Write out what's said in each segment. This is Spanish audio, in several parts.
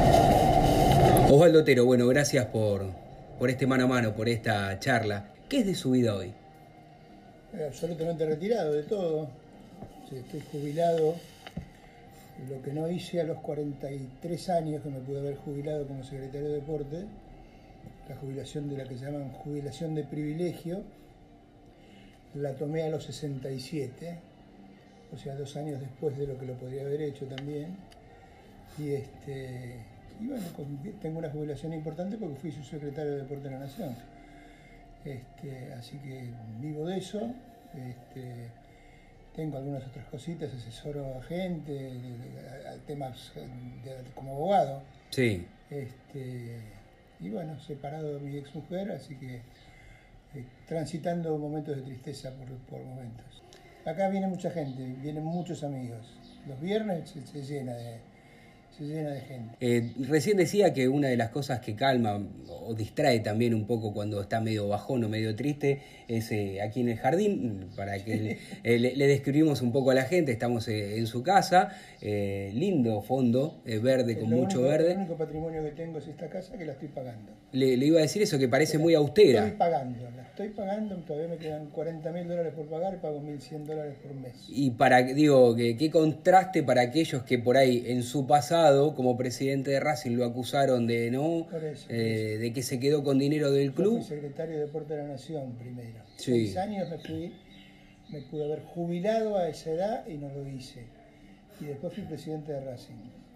Osvaldo Otero, bueno, gracias por este mano a mano, por esta charla. ¿Qué es de su vida hoy? Absolutamente retirado de todo. Estoy jubilado. Lo que no hice a los 43 años, que me pude haber jubilado como secretario de deporte, la jubilación de la que se llaman jubilación de privilegio, la tomé a los 67, o sea, 2 años después de lo que lo podría haber hecho también. Y bueno, tengo una jubilación importante porque fui subsecretario de Deporte de la Nación. Así que vivo de eso. Tengo algunas otras cositas, asesoro a gente, a temas como abogado. Sí. Y bueno, separado de mi exmujer, así que transitando momentos de tristeza por momentos. Acá viene mucha gente, vienen muchos amigos. Los viernes se llena de gente. Recién decía que una de las cosas que calma o distrae también un poco cuando está medio bajón o medio triste es aquí en el jardín, para que le describimos un poco a la gente. Estamos en su casa, lindo fondo, verde, con mucho verde. El único patrimonio que tengo es esta casa, que la estoy pagando. Le iba a decir eso, que parece muy austera. La estoy pagando, todavía me quedan $40.000 por pagar y pago $1.100 por mes. Y qué contraste para aquellos que por ahí en su pasado, como presidente de Racing, lo acusaron de de que se quedó con dinero del club. Yo fui secretario de Deporte de la Nación primero. Sí. 6 años me pude haber jubilado a esa edad y no lo hice. Y después fui presidente de Racing.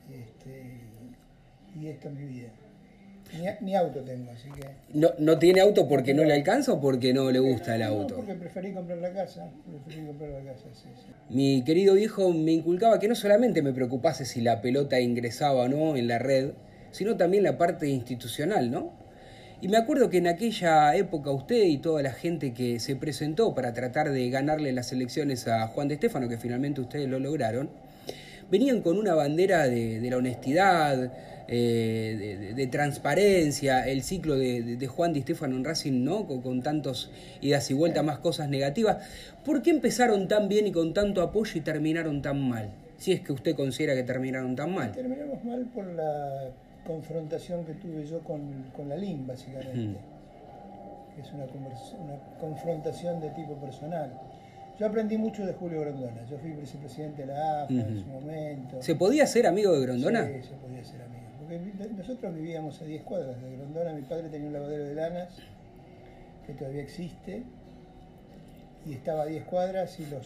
Y esta es mi vida. Ni auto tengo, así que... ¿No tiene auto porque no le alcanza o porque no le gusta el auto? No, porque preferí comprar la casa. Sí. Mi querido viejo me inculcaba que no solamente me preocupase si la pelota ingresaba o no en la red, sino también la parte institucional, ¿no? Y me acuerdo que en aquella época usted y toda la gente que se presentó para tratar de ganarle las elecciones a Juan de Stéfano, que finalmente ustedes lo lograron, venían con una bandera de la honestidad, de transparencia, el ciclo de Juan Di Stéfano en Racing, ¿no? Con tantos idas y vueltas, más cosas negativas. ¿Por qué empezaron tan bien y con tanto apoyo y terminaron tan mal? Si es que usted considera que terminaron tan mal. Terminamos mal por la confrontación que tuve yo con la LIM, básicamente. Es una confrontación de tipo personal. Yo aprendí mucho de Julio Grondona. Yo fui vicepresidente de la AFA en su momento. ¿Se podía ser amigo de Grondona? Sí, se podía ser amigo. Porque nosotros vivíamos a 10 cuadras de Grondona. Mi padre tenía un lavadero de lanas que todavía existe y estaba a 10 cuadras y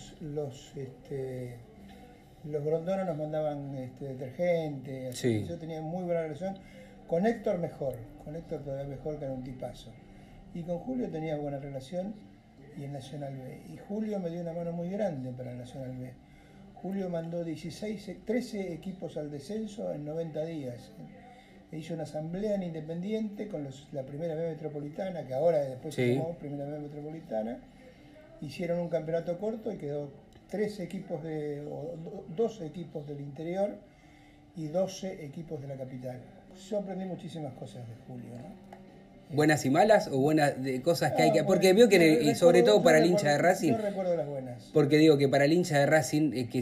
los Grondona nos mandaban detergente. Sí. Yo tenía muy buena relación. Con Héctor mejor. Con Héctor todavía mejor, que era un tipazo. Y con Julio tenía buena relación. Y el Nacional B. Y Julio me dio una mano muy grande para el Nacional B. Julio mandó 13 equipos al descenso en 90 días. E hizo una asamblea en Independiente con la primera B metropolitana, que ahora después se llamó primera B metropolitana. Hicieron un campeonato corto y quedó 12 equipos del interior y 12 equipos de la capital. Yo aprendí muchísimas cosas de Julio, ¿no? ¿Buenas y malas o cosas que hay que...? Porque veo que, y sobre todo para el hincha de Racing... Yo recuerdo las buenas. Porque digo que para el hincha de Racing que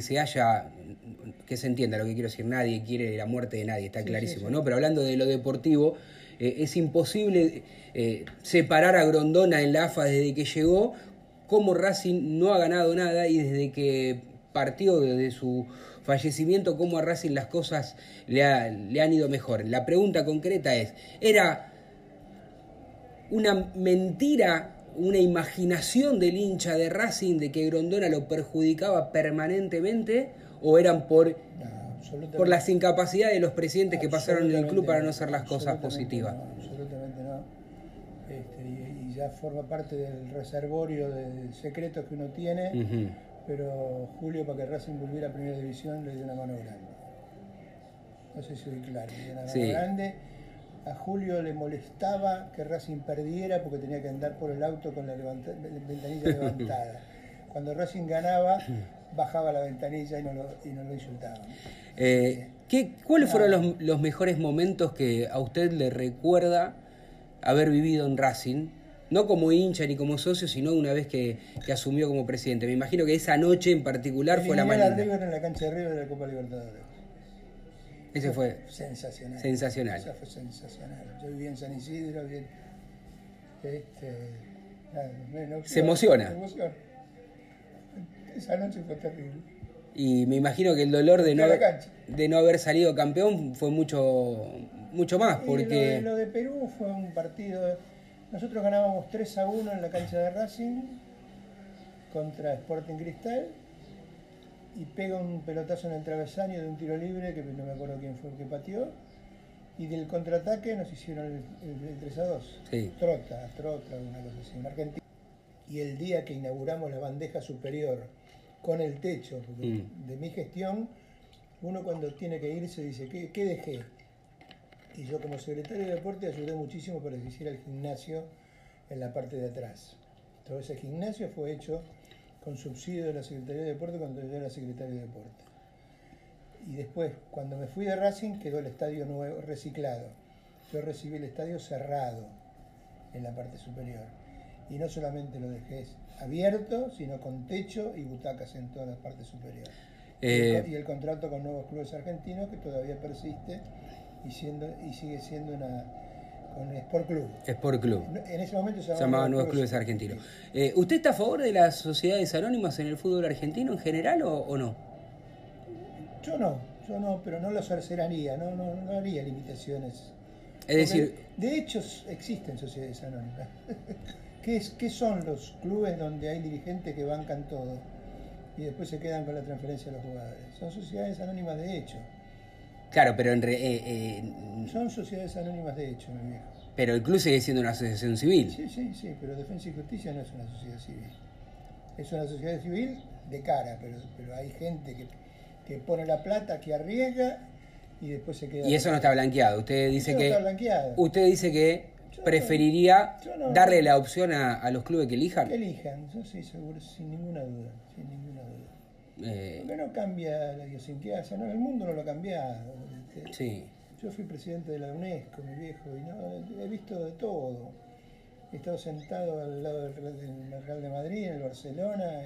se entienda lo que quiero decir, nadie quiere la muerte de nadie, está clarísimo, sí. ¿No? Pero hablando de lo deportivo, es imposible separar a Grondona en la AFA desde que llegó, como Racing no ha ganado nada y desde que partió, desde su fallecimiento, como a Racing las cosas le han ido mejor. La pregunta concreta es, ¿era una mentira, una imaginación del hincha de Racing de que Grondona lo perjudicaba permanentemente, o eran por las incapacidades de los presidentes que pasaron en el club para no hacer las cosas positivas? No, absolutamente no. Y ya forma parte del reservorio de secretos que uno tiene, pero Julio, para que Racing volviera a Primera División, le dio una mano grande. No sé si soy claro, le dio una mano grande. A Julio le molestaba que Racing perdiera porque tenía que andar por el auto con la ventanilla levantada. Cuando Racing ganaba, bajaba la ventanilla y no lo insultaban. ¿Cuáles fueron los mejores momentos que a usted le recuerda haber vivido en Racing? No como hincha ni como socio, sino una vez que asumió como presidente. Me imagino que esa noche en particular fue la más linda. River en la cancha de River de la Copa Libertadores. Ese fue sensacional. sensacional. Esa fue sensacional. Yo viví en San Isidro, Se emociona. Se emociona. Esa noche fue terrible. Y me imagino que el dolor de no haber salido campeón fue mucho más, porque... Lo de Perú fue un partido... Nosotros ganábamos 3-1 en la cancha de Racing contra Sporting Cristal y pega un pelotazo en el travesaño de un tiro libre, que no me acuerdo quién fue el que pateó, y del contraataque nos hicieron el 3-2. Sí. Trota, una cosa así, en Argentina. Y el día que inauguramos la bandeja superior con el techo, porque de mi gestión, uno cuando tiene que irse dice, ¿qué dejé? Y yo como secretario de deporte ayudé muchísimo para que se hiciera el gimnasio en la parte de atrás. Todo ese gimnasio fue hecho con subsidio de la Secretaría de Deporte cuando yo era secretario de deporte. Y después, cuando me fui de Racing, quedó el estadio nuevo, reciclado. Yo recibí el estadio cerrado en la parte superior. Y no solamente lo dejé abierto, sino con techo y butacas en toda la parte superior. Y el contrato con Nuevos Clubes Argentinos, que todavía persiste y sigue siendo con Sport Club. Sport Club. En ese momento se llamaba Nuevos Clubes Argentinos. ¿Usted está a favor de las sociedades anónimas en el fútbol argentino en general o no? Yo no, pero no lo cercenaría, no haría limitaciones. Es decir... De hecho, existen sociedades anónimas. ¿Qué son los clubes donde hay dirigentes que bancan todo y después se quedan con la transferencia de los jugadores? Son sociedades anónimas de hecho. Claro, pero son sociedades anónimas de hecho, mi viejo. Pero el club sigue siendo una asociación civil. Sí, pero Defensa y Justicia no es una sociedad civil. Es una sociedad civil de cara, pero hay gente que pone la plata, que arriesga y después se queda... Y eso no está blanqueado. Usted dice eso que... no está blanqueado. Usted dice que preferiría darle la opción a los clubes que elijan. Que elijan, yo sí, seguro, sin ninguna duda. Porque no cambia la idiosincrasia, el mundo no lo ha cambiado. Sí. Yo fui presidente de la UNESCO, mi viejo, y he visto de todo. He estado sentado al lado del Real de Madrid, en el Barcelona,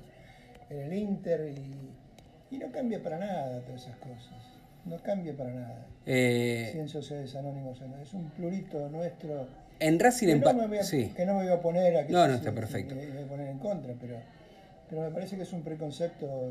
en el Inter, y no cambia para nada todas esas cosas. No cambia para nada. Si en sociedades anónimas o no. Es un plurito nuestro. En Racing que no me voy a oponer a que está perfecto. Me voy a poner en contra, pero me parece que es un preconcepto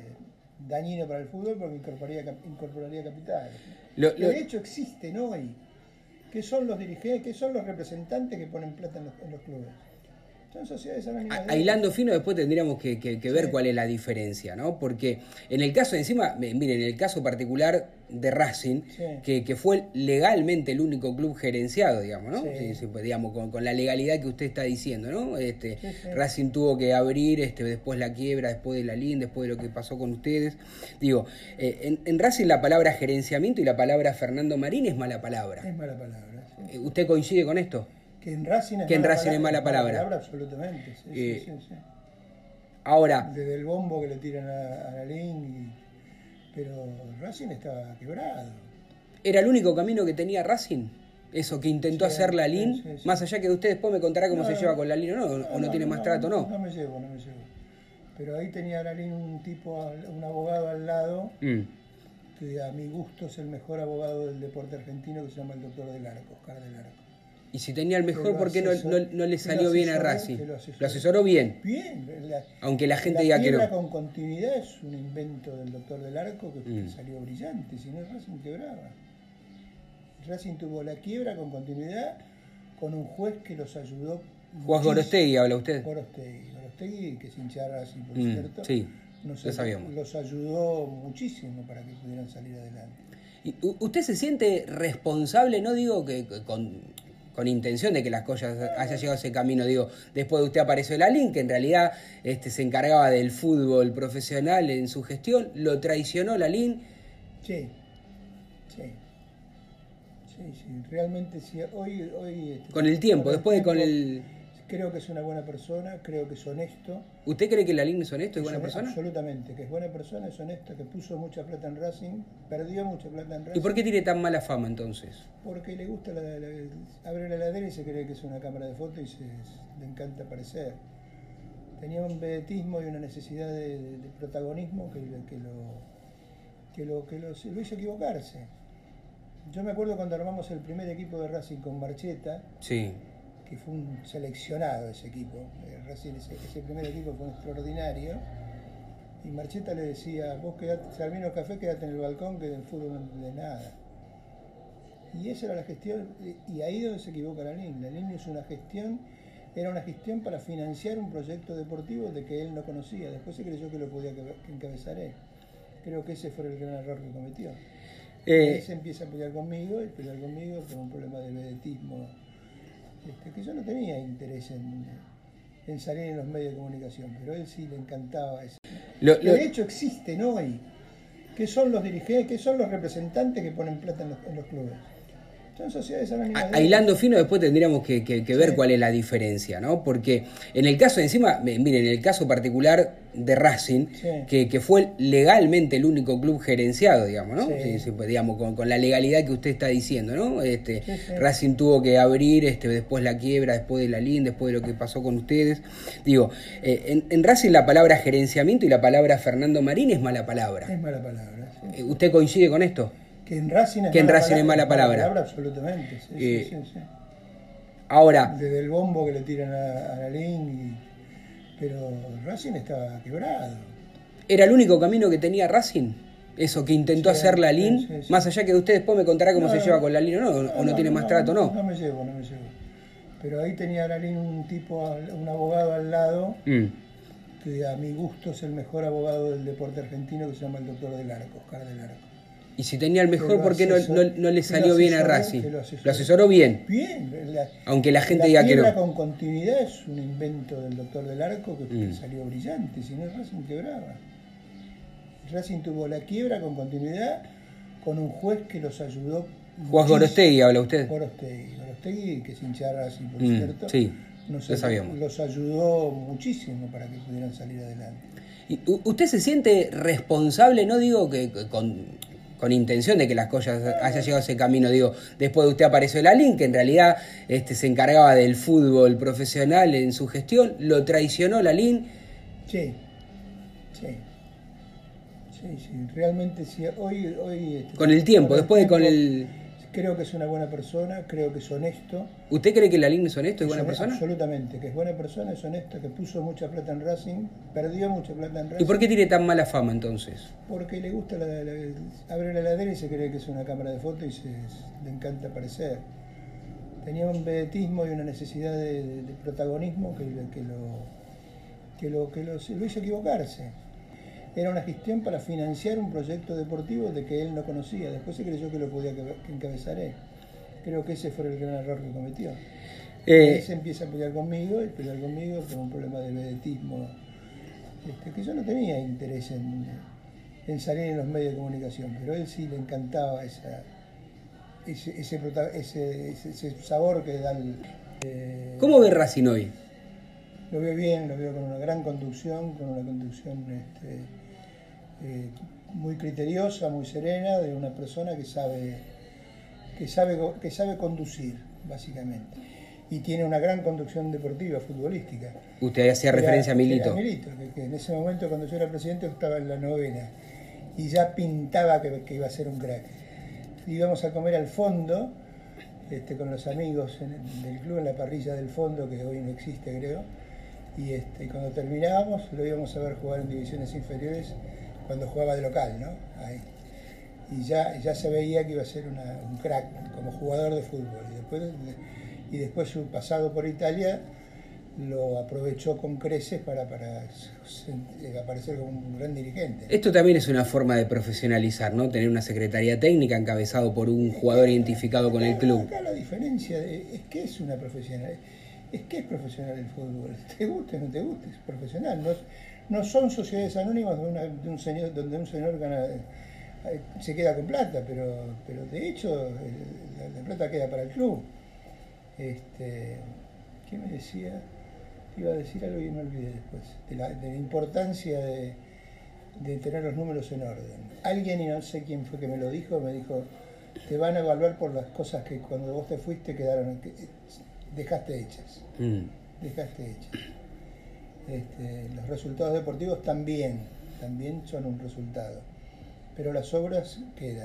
dañino para el fútbol porque incorporaría capital. De hecho existen hoy. ¿Qué son los dirigentes, qué son los representantes que ponen plata en los clubes? Son sociedades anónimas. Aislando fino, después tendríamos que ver cuál es la diferencia, ¿no? Porque en el caso, encima, miren, en el caso particular de Racing, que fue legalmente el único club gerenciado, digamos, ¿no? Sí, digamos, con la legalidad que usted está diciendo, ¿no? Racing tuvo que abrir, después la quiebra, después de la LIN, después de lo que pasó con ustedes. Digo, en Racing la palabra gerenciamiento y la palabra Fernando Marín es mala palabra. Es mala palabra, sí. ¿Usted coincide con esto? Que en Racing es mala palabra. Absolutamente, sí. Ahora... Desde el bombo que le tiran a la LIN, pero Racing estaba quebrado. ¿Era el único camino que tenía Racing? Eso que intentó hacer la LIN, más allá que usted después me contará cómo se lleva con la LIN o no tiene más trato, ¿no? No me llevo. Pero ahí tenía la LIN un abogado al lado, que a mi gusto es el mejor abogado del deporte argentino, que se llama el doctor Oscar Del Arco. Y si tenía el mejor, ¿por qué no le salió bien a Racing? Lo asesoró bien. Bien. Aunque la gente diga que no. La quiebra con continuidad es un invento del doctor Del Arco que salió brillante, si no Racing quebraba. Racing tuvo la quiebra con continuidad con un juez que los ayudó. Juan Gorostegui, habla usted. Gorostegui, que es hincha de Racing, por cierto. Sí, lo sabíamos. Los ayudó muchísimo para que pudieran salir adelante. ¿Y usted se siente responsable, no digo que con intención de que las cosas haya llegado a ese camino, digo, después de usted apareció la LIN, que en realidad se encargaba del fútbol profesional en su gestión, lo traicionó la LIN? Sí, realmente sí. Hoy con el tiempo, con el... Creo que es una buena persona, creo que es honesto. ¿Usted cree que la LIN es honesto y buena persona? Absolutamente, que es buena persona, es honesto, que puso mucha plata en Racing, perdió mucha plata en Racing. ¿Y por qué tiene tan mala fama entonces? Porque le gusta abre la heladera y se cree que es una cámara de fotos y le encanta aparecer. Tenía un vedetismo y una necesidad de protagonismo lo hizo equivocarse. Yo me acuerdo cuando armamos el primer equipo de Racing con Marcheta, Sí. que fue un seleccionado ese equipo. Racing, ese primer equipo fue extraordinario. Y Marcheta le decía, vos quedate, Salvino Café, quédate en el balcón, que del fútbol no entendés nada. Y esa era la gestión, y ahí es donde se equivoca la LIN. La LIN hizo una gestión, era una gestión para financiar un proyecto deportivo de que él no conocía. Después se creyó que lo podía encabezar él. Creo que ese fue el gran error que cometió. Él se empieza a pelear conmigo por un problema de vedetismo, que yo no tenía interés en salir en los medios de comunicación, pero a él sí le encantaba eso. De hecho existen hoy, que son los dirigentes, que son los representantes que ponen plata en los clubes. Son sociedades anónimas. Aislando fino, después tendríamos que ver cuál es la diferencia, ¿no? Porque en el caso, encima, miren, en el caso particular de Racing, que fue legalmente el único club gerenciado, digamos, ¿no? Sí, pues, digamos, con la legalidad que usted está diciendo, ¿no? Racing tuvo que abrir, después la quiebra, después de la LIN, después de lo que pasó con ustedes. Digo, en Racing la palabra gerenciamiento y la palabra Fernando Marín es mala palabra. Es mala palabra, sí. ¿Usted coincide con esto? Que en Racing es mala palabra. Absolutamente, sí. Ahora, desde el bombo que le tiran a la LIN, pero Racing estaba quebrado. ¿Era el único camino que tenía Racing? Eso que intentó hacer la LIN, más allá que usted después me contará cómo se lleva con la LIN o no tiene más trato, ¿no? No me llevo. Pero ahí tenía la LIN un abogado al lado, que a mi gusto es el mejor abogado del deporte argentino, que se llama el doctor Del Arco, Oscar Del Arco. Y si tenía el mejor, ¿por qué no le salió bien a Racing? ¿Lo asesoró bien? Bien. Aunque la gente diga que no. La con continuidad es un invento del doctor Del Arco que salió brillante, si no Racing quebraba. Racing tuvo la quiebra con continuidad con un juez que los ayudó. Juan Gorostegui, habla usted. Gorostegui, que es hincha de Racing, por cierto. Sí, lo sabíamos. Los ayudó muchísimo para que pudieran salir adelante. ¿Y usted se siente responsable, no digo que con intención de que las cosas hayan llegado a ese camino, digo, después de usted apareció la LIN, que en realidad se encargaba del fútbol profesional en su gestión, lo traicionó la LIN? Sí. Realmente sí. Hoy con el tiempo, con el... Creo que es una buena persona, creo que es honesto. ¿Usted cree que la LIN es honesto y buena persona? Absolutamente, que es buena persona, es honesto, que puso mucha plata en Racing, perdió mucha plata en Racing. ¿Y por qué tiene tan mala fama entonces? Porque le gusta abre la heladera y se cree que es una cámara de fotos y le encanta aparecer. Tenía un vedetismo y una necesidad de protagonismo que lo hizo equivocarse. Era una gestión para financiar un proyecto deportivo de que él no conocía. Después se creyó que lo podía encabezar él. Creo que ese fue el gran error que cometió. Él se empieza a pelear conmigo por un problema de vedetismo, que yo no tenía interés en salir en los medios de comunicación, pero a él sí le encantaba ese sabor que da ¿Cómo ve Racing hoy? Lo veo bien, lo veo con una gran conducción, muy criteriosa, muy serena, de una persona que sabe conducir, básicamente. Y tiene una gran conducción deportiva, futbolística. Usted hacía referencia a Milito. Que en ese momento, cuando yo era presidente, estaba en la novena. Y ya pintaba que iba a ser un crack. Íbamos a comer al fondo, con los amigos del club, en la parrilla del fondo, que hoy no existe, creo. Y cuando terminábamos, lo íbamos a ver jugar en divisiones inferiores, cuando jugaba de local, ¿no? Ahí. Y ya se veía que iba a ser un crack como jugador de fútbol. Y después su pasado por Italia lo aprovechó con creces para aparecer como un gran dirigente. Esto también es una forma de profesionalizar, ¿no? Tener una secretaría técnica encabezado por un jugador identificado con el club. Acá la diferencia es que es una profesional. Es que es profesional el fútbol. Te guste o no te guste, es profesional. No son sociedades anónimas donde un señor gana, se queda con plata, pero de hecho la plata queda para el club. ¿Qué me decía? Iba a decir algo y me olvidé después. De la importancia de tener los números en orden. Alguien, y no sé quién fue que me dijo, te van a evaluar por las cosas que cuando vos te fuiste dejaste hechas. Los resultados deportivos también son un resultado. pero las obras quedan.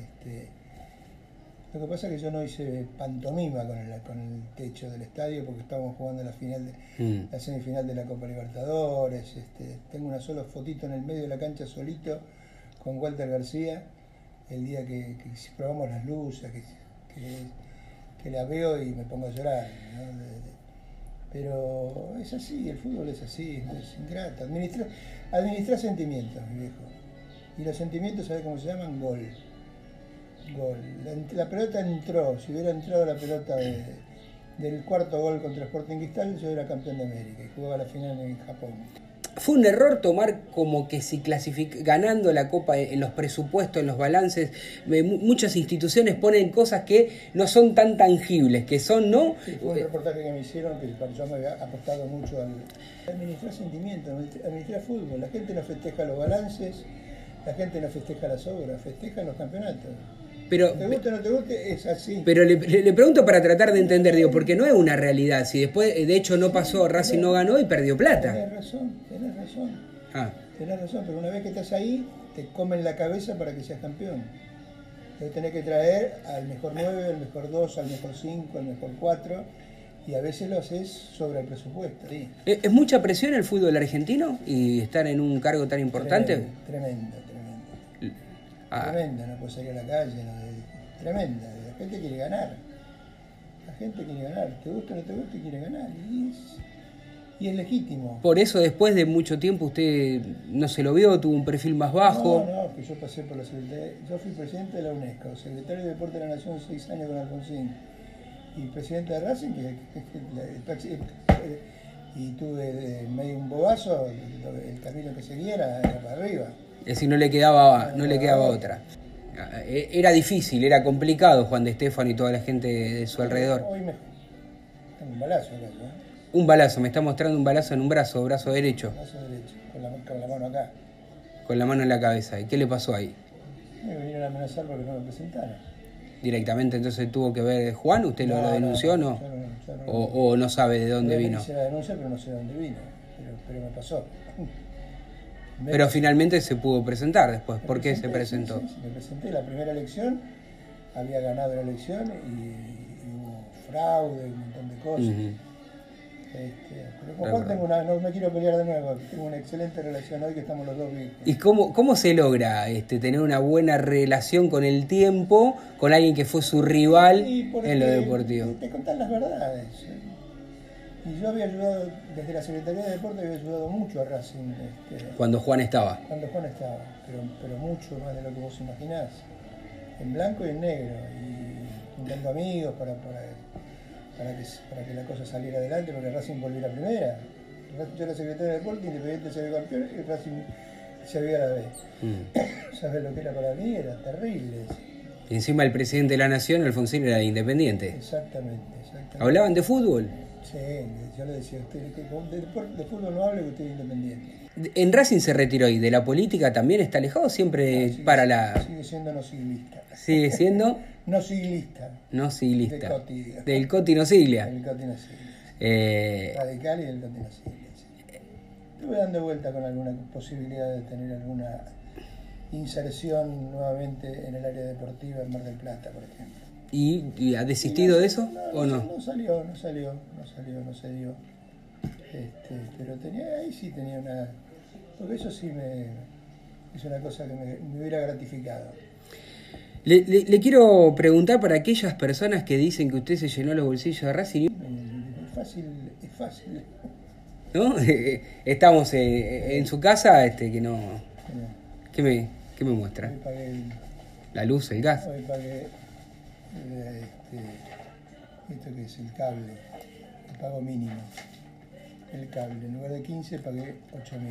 Lo que pasa es que yo no hice pantomima con el techo del estadio porque estábamos jugando la semifinal de la Copa Libertadores. Tengo una sola fotito en el medio de la cancha solito con Walter García, el día que probamos las luces, que la veo y me pongo a llorar, ¿no? Pero es así, el fútbol es así, es ingrato. Administrar sentimientos, mi viejo. Y los sentimientos, ¿sabes cómo se llaman? Gol. La pelota entró. Si hubiera entrado la pelota del cuarto gol contra Sporting Cristal, yo era campeón de América y jugaba la final en Japón. ¿Fue un error tomar como que si ganando la Copa en los presupuestos, en los balances? Muchas instituciones ponen cosas que no son tan tangibles, que son, ¿no? Sí, fue un reportaje que me hicieron que yo me había apostado mucho al administrar sentimientos, administrar fútbol. La gente no festeja los balances, la gente no festeja las obras, festeja los campeonatos. Pero, te guste o no te guste, es así. Pero le pregunto para tratar de entender, digo, porque no es una realidad. Si después, de hecho, no pasó, Racing no ganó y perdió plata. Tenés razón. Tenés razón, pero una vez que estás ahí, te comen la cabeza para que seas campeón. Entonces tenés que traer al mejor 9, al mejor 2, al mejor 5, al mejor 4, y a veces lo haces sobre el presupuesto. Sí. ¿Es mucha presión el fútbol argentino y estar en un cargo tan importante? Tremenda. Tremenda, no puedes salir a la calle, tremenda. La gente quiere ganar. Te gusta o no te gusta, quiere ganar. Y es legítimo. Por eso después de mucho tiempo usted no se lo vio, tuvo un perfil más bajo. No, que yo pasé por la Secretaría. Yo fui presidente de la UNESCO, secretario de Deporte de la Nación 6 años con Alfonsín, y presidente de Racing, y tuve medio un bobazo, el camino que seguía era para arriba. Es decir, no le quedaba otra. Era difícil, era complicado Juan de Stefano y toda la gente de su alrededor. Hoy mejor. Tengo un balazo, Un balazo, me está mostrando un balazo en un brazo derecho. Brazo derecho, con la mano acá. Con la mano en la cabeza. ¿Y qué le pasó ahí? Me vinieron a amenazar porque no me presentaron. Directamente entonces tuvo que ver Juan, ¿usted lo denunció o no? Yo no. O no sabe de dónde vino. Hice la denuncia, pero no sé de dónde vino. Pero me pasó. Pero finalmente se pudo presentar después. ¿Por qué se presentó? Sí, me presenté la primera elección, había ganado la elección y hubo fraude, un montón de cosas. Pero con Juan no me quiero pelear de nuevo, tengo una excelente relación hoy que estamos los dos vivos. ¿Y cómo se logra tener una buena relación con el tiempo, con alguien que fue su rival en lo deportivo? Te contan las verdades. Y yo había ayudado, desde la Secretaría de Deporte había ayudado mucho a Racing. Cuando Juan estaba. Pero mucho más de lo que vos imaginás. En blanco y en negro. Y juntando amigos para que la cosa saliera adelante, para que Racing volviera a primera. Yo era secretario de Deporte, Independiente se había campeón y Racing se había a la vez. ¿Sabes lo que era para mí? Era terrible. Y encima el presidente de la Nación, Alfonsín, era Independiente. Exactamente. ¿Hablaban de fútbol? Sí, yo le decía a usted que de fútbol no hable, que usted es Independiente. ¿En Racing se retiró y de la política también está alejado? Siempre para la... Sigue siendo no siglista. ¿Sigue siendo? No siglista. No siglista. Del Coti, digamos. Del Coti no siglia. Del Coti no siglia. Radical y del Coti no siglia. Estuve dando vuelta con alguna posibilidad de tener alguna inserción nuevamente en el área deportiva en Mar del Plata, por ejemplo. ¿Y ha desistido de eso o no? No se dio. Pero tenía una... Porque eso sí es una cosa que me hubiera gratificado. Le quiero preguntar para aquellas personas que dicen que usted se llenó los bolsillos de Racing. Es fácil. ¿No? Estamos en su casa, que no... ¿Qué me muestra? Hoy pagué la luz, el gas. Hoy pagué esto que es el cable, el pago mínimo. El cable, en lugar de 15 pagué 8.000.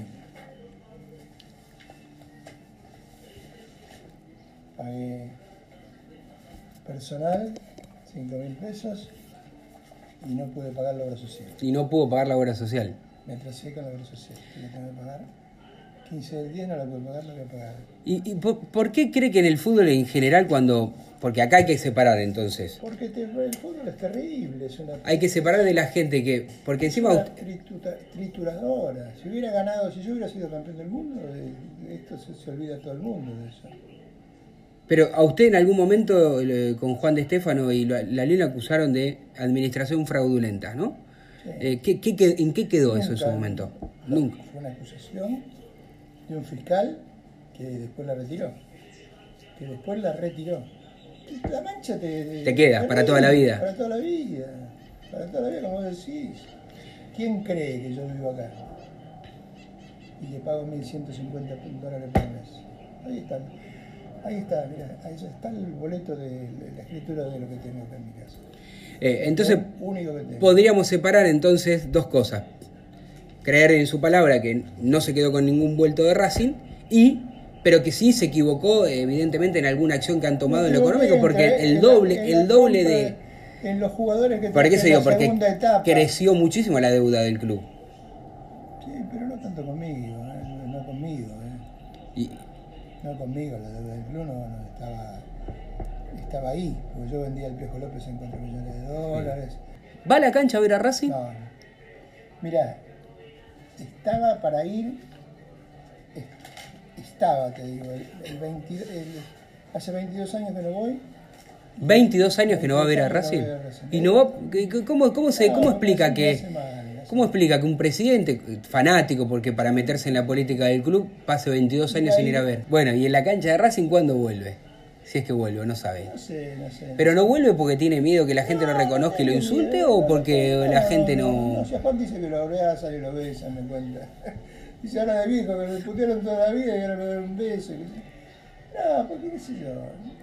Pagué personal 5.000 pesos y no pude pagar la obra social. Y no pudo pagar la obra social. Me atrasé con la obra social, que le tengo que pagar 15 del 10 no la puede pagar, no la puede pagar. ¿Y por qué cree que en el fútbol en general cuando... Porque acá hay que separar entonces. Porque el fútbol es terrible. Hay que separar de la gente que... Porque encima... Es una trituradora. Si hubiera ganado, si yo hubiera sido campeón del mundo, de esto se olvida todo el mundo de eso. Pero a usted en algún momento con Juan de Stefano y la lo acusaron de administración fraudulenta, ¿no? Sí. ¿En qué quedó eso en su momento? Nunca. Fue una acusación de un fiscal que después la retiró. La mancha te queda para toda la vida. Para toda la vida. Para toda la vida, como decís. ¿Quién cree que yo vivo acá? Y que pago $1.150 por mes. Ahí está, mira, ahí está el boleto de la escritura de lo que tengo acá en mi casa. Entonces, único que tengo. Podríamos separar entonces dos cosas. Creer en su palabra que no se quedó con ningún vuelto de Racing pero que sí se equivocó evidentemente en alguna acción que han tomado en lo económico, porque el doble de... En los jugadores que ¿Por qué se dio? Porque etapa, creció muchísimo la deuda del club. Sí, pero no tanto conmigo, no conmigo. No conmigo, la deuda del club no estaba ahí, porque yo vendía al Piojo López en $4 millones. ¿Va a la cancha a ver a Racing? No. Mirá, estaba para ir... te digo, hace 22 años que no voy. 22 años que no va a ver a Racing. Y no va, ¿cómo explica que un presidente fanático, porque para meterse en la política del club, pase 22 años sin ir a ver? Bueno, y en la cancha de Racing, ¿cuándo vuelve? Si es que vuelve, no sabe. No sé. ¿Pero no vuelve porque tiene miedo que la gente lo reconozca y lo insulte o porque la gente no...? No, si a Juan dice que lo abraza y lo besa, me cuenta. Dice ahora de viejo, que me putearon toda la vida y ahora me dan un beso. No, porque qué sé yo.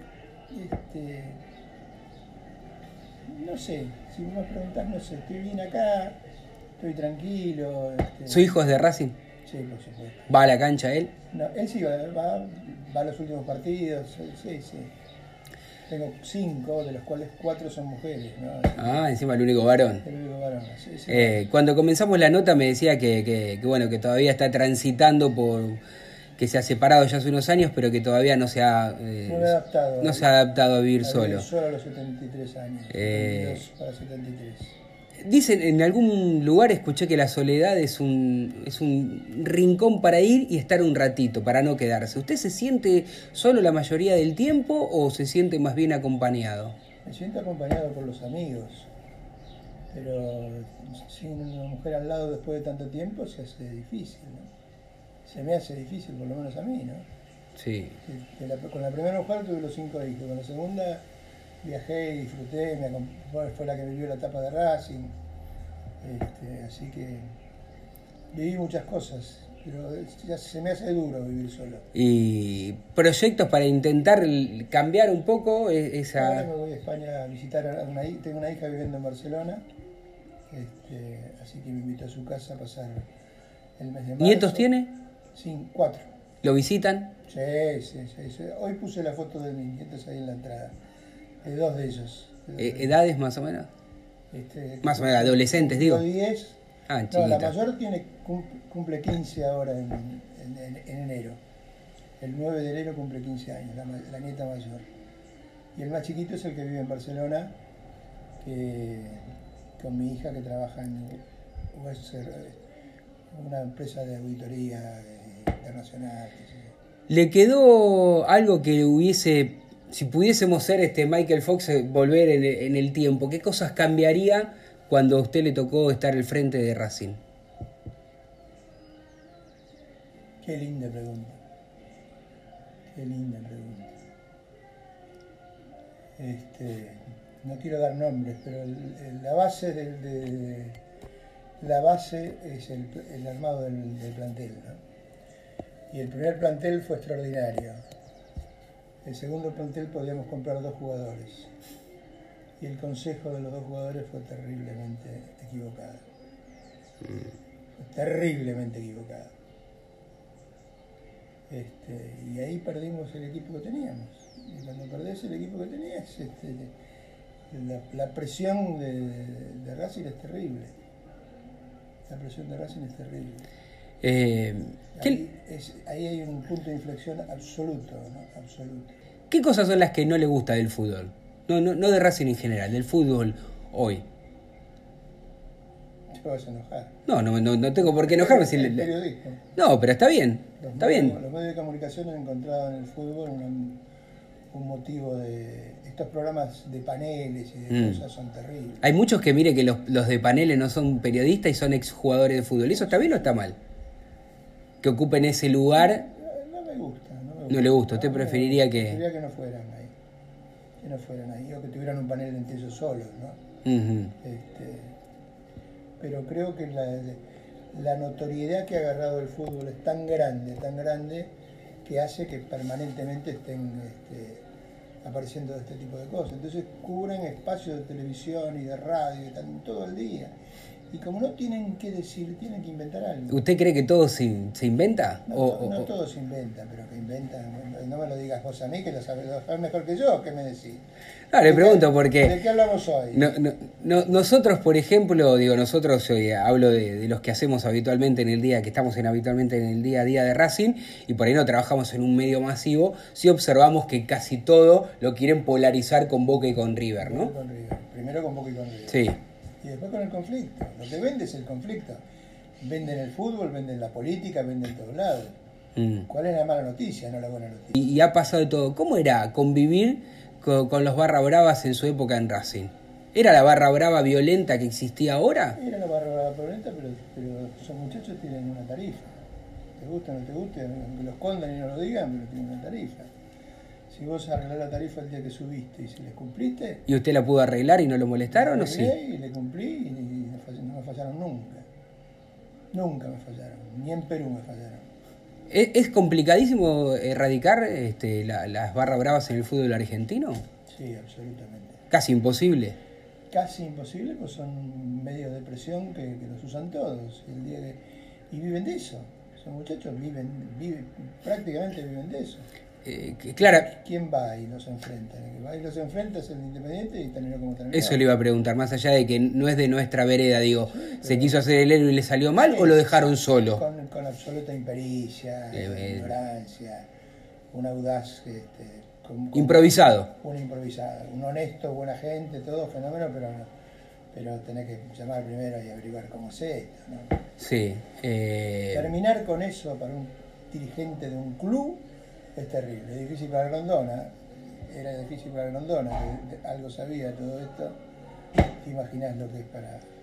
No sé, si me preguntás, no sé, estoy bien acá, estoy tranquilo. ¿Su hijo es de Racing? Sí, por supuesto. ¿Va a la cancha él? No, él sí va a los últimos partidos, sí. Tengo 5, de los cuales 4 son mujeres, ¿no? Encima el único varón. El único varón, sí. Cuando comenzamos la nota me decía que todavía está transitando por... que se ha separado ya hace unos años, pero que todavía no se ha adaptado a vivir solo. Solo a los 73 años, 72 para 73. Dicen, en algún lugar escuché que la soledad es un rincón para ir y estar un ratito, para no quedarse. ¿Usted se siente solo la mayoría del tiempo o se siente más bien acompañado? Me siento acompañado por los amigos, pero sin una mujer al lado después de tanto tiempo se hace difícil, ¿no? Se me hace difícil, por lo menos a mí, ¿no? Sí. Con la primera mujer tuve los 5 hijos, con la segunda viajé y disfruté, fue la que vivió la etapa de Racing, así que viví muchas cosas, pero ya se me hace duro vivir solo. ¿Y proyectos para intentar cambiar un poco esa...? Ahora me voy a España a visitar tengo una hija viviendo en Barcelona, así que me invito a su casa a pasar el mes de marzo. ¿Nietos tiene? Sí, 4. ¿Lo visitan? Sí. Hoy puse la foto de mis nietos ahí en la entrada. De 2 de ellos. ¿Edades más o menos? Más o menos, adolescentes, digo. 10. Chiquita. No, la mayor cumple 15 ahora en enero. El 9 de enero cumple 15 años, la nieta mayor. Y el más chiquito es el que vive en Barcelona, con mi hija que trabaja en una empresa de auditoría internacional. ¿Le quedó algo que si pudiésemos ser Michael Fox, volver en el tiempo, qué cosas cambiaría cuando a usted le tocó estar al frente de Racing? Qué linda pregunta. No quiero dar nombres, pero la base es el armado del plantel, ¿no? Y el primer plantel fue extraordinario. El segundo plantel podíamos comprar 2 jugadores. Y el consejo de los 2 jugadores fue terriblemente equivocado. Terriblemente equivocado. Y ahí perdimos el equipo que teníamos. Y cuando perdés el equipo que tenías, la presión de Racing es terrible. La presión de Racing es terrible. Ahí hay un punto de inflexión absoluto, ¿no? Absoluto. ¿Qué cosas son las que no le gusta del fútbol? No de Racing en general, del fútbol hoy. Te vas a enojar. No tengo por qué enojarme. El periodismo. No, pero está bien. Los Está bien. Los medios de comunicación han encontrado en el fútbol un motivo de... Estos programas de paneles y de cosas son terribles. Hay muchos que mire que los de paneles no son periodistas y son exjugadores de fútbol. ¿Eso está bien o está mal? Que ocupen ese lugar. No me gusta. No le gusta. Usted preferiría que... Preferiría que no fueran ahí. Que no fueran ahí. O que tuvieran un panel entre ellos solos, ¿no? Pero creo que la notoriedad que ha agarrado el fútbol es tan grande, que hace que permanentemente estén apareciendo este tipo de cosas. Entonces cubren espacios de televisión y de radio y están todo el día. Y como no tienen qué decir, tienen que inventar algo. ¿Usted cree que todo se inventa? No todo se inventa, pero que inventan. No me lo digas vos a mí, que lo sabes mejor que yo. ¿Qué me decís? No, le pregunto porque... ¿De qué hablamos hoy? Nosotros, por ejemplo, nosotros hablo de los que hacemos habitualmente en el día, que estamos habitualmente en el día a día de Racing, y por ahí no trabajamos en un medio masivo, sí observamos que casi todo lo quieren polarizar con Boca y con River, ¿no? Primero con Boca y con River. Sí. Y después con el conflicto. Lo que vende es el conflicto. Venden el fútbol, venden la política, venden todos lados. ¿Cuál es la mala noticia, no la buena noticia? Y ha pasado de todo. ¿Cómo era convivir con los barra bravas en su época en Racing? ¿Era la barra brava violenta que existía ahora? Era la barra brava violenta, pero esos muchachos tienen una tarifa. Te gusta o no te gusta, aunque lo escondan y no lo digan, pero tienen una tarifa. Si vos arreglás la tarifa el día que subiste y si les cumpliste... ¿Y usted la pudo arreglar y no lo molestaron o sí? Y le cumplí y no me fallaron nunca. Nunca me fallaron, ni en Perú me fallaron. ¿Es complicadísimo erradicar las barras bravas en el fútbol argentino? Sí, absolutamente. Casi imposible. Casi imposible, pues son medios de presión que los usan todos. Y viven de eso. Esos muchachos prácticamente viven de eso. Claro. ¿Quién va y los enfrenta? El que va y los enfrenta es el Independiente y terminó como terminó. Eso le iba a preguntar, más allá de que no es de nuestra vereda, digo, sí, ¿se quiso hacer el héroe y le salió mal o lo dejaron solo? Con absoluta impericia, ignorancia, un audaz... improvisado. Un honesto, buena gente, todo fenómeno, pero tenés que llamar primero y averiguar cómo es esto, ¿no? Sí. Terminar con eso para un dirigente de un club es terrible. Es difícil para Grondona, era difícil para Grondona, que algo sabía de todo esto. Te imaginás lo que es para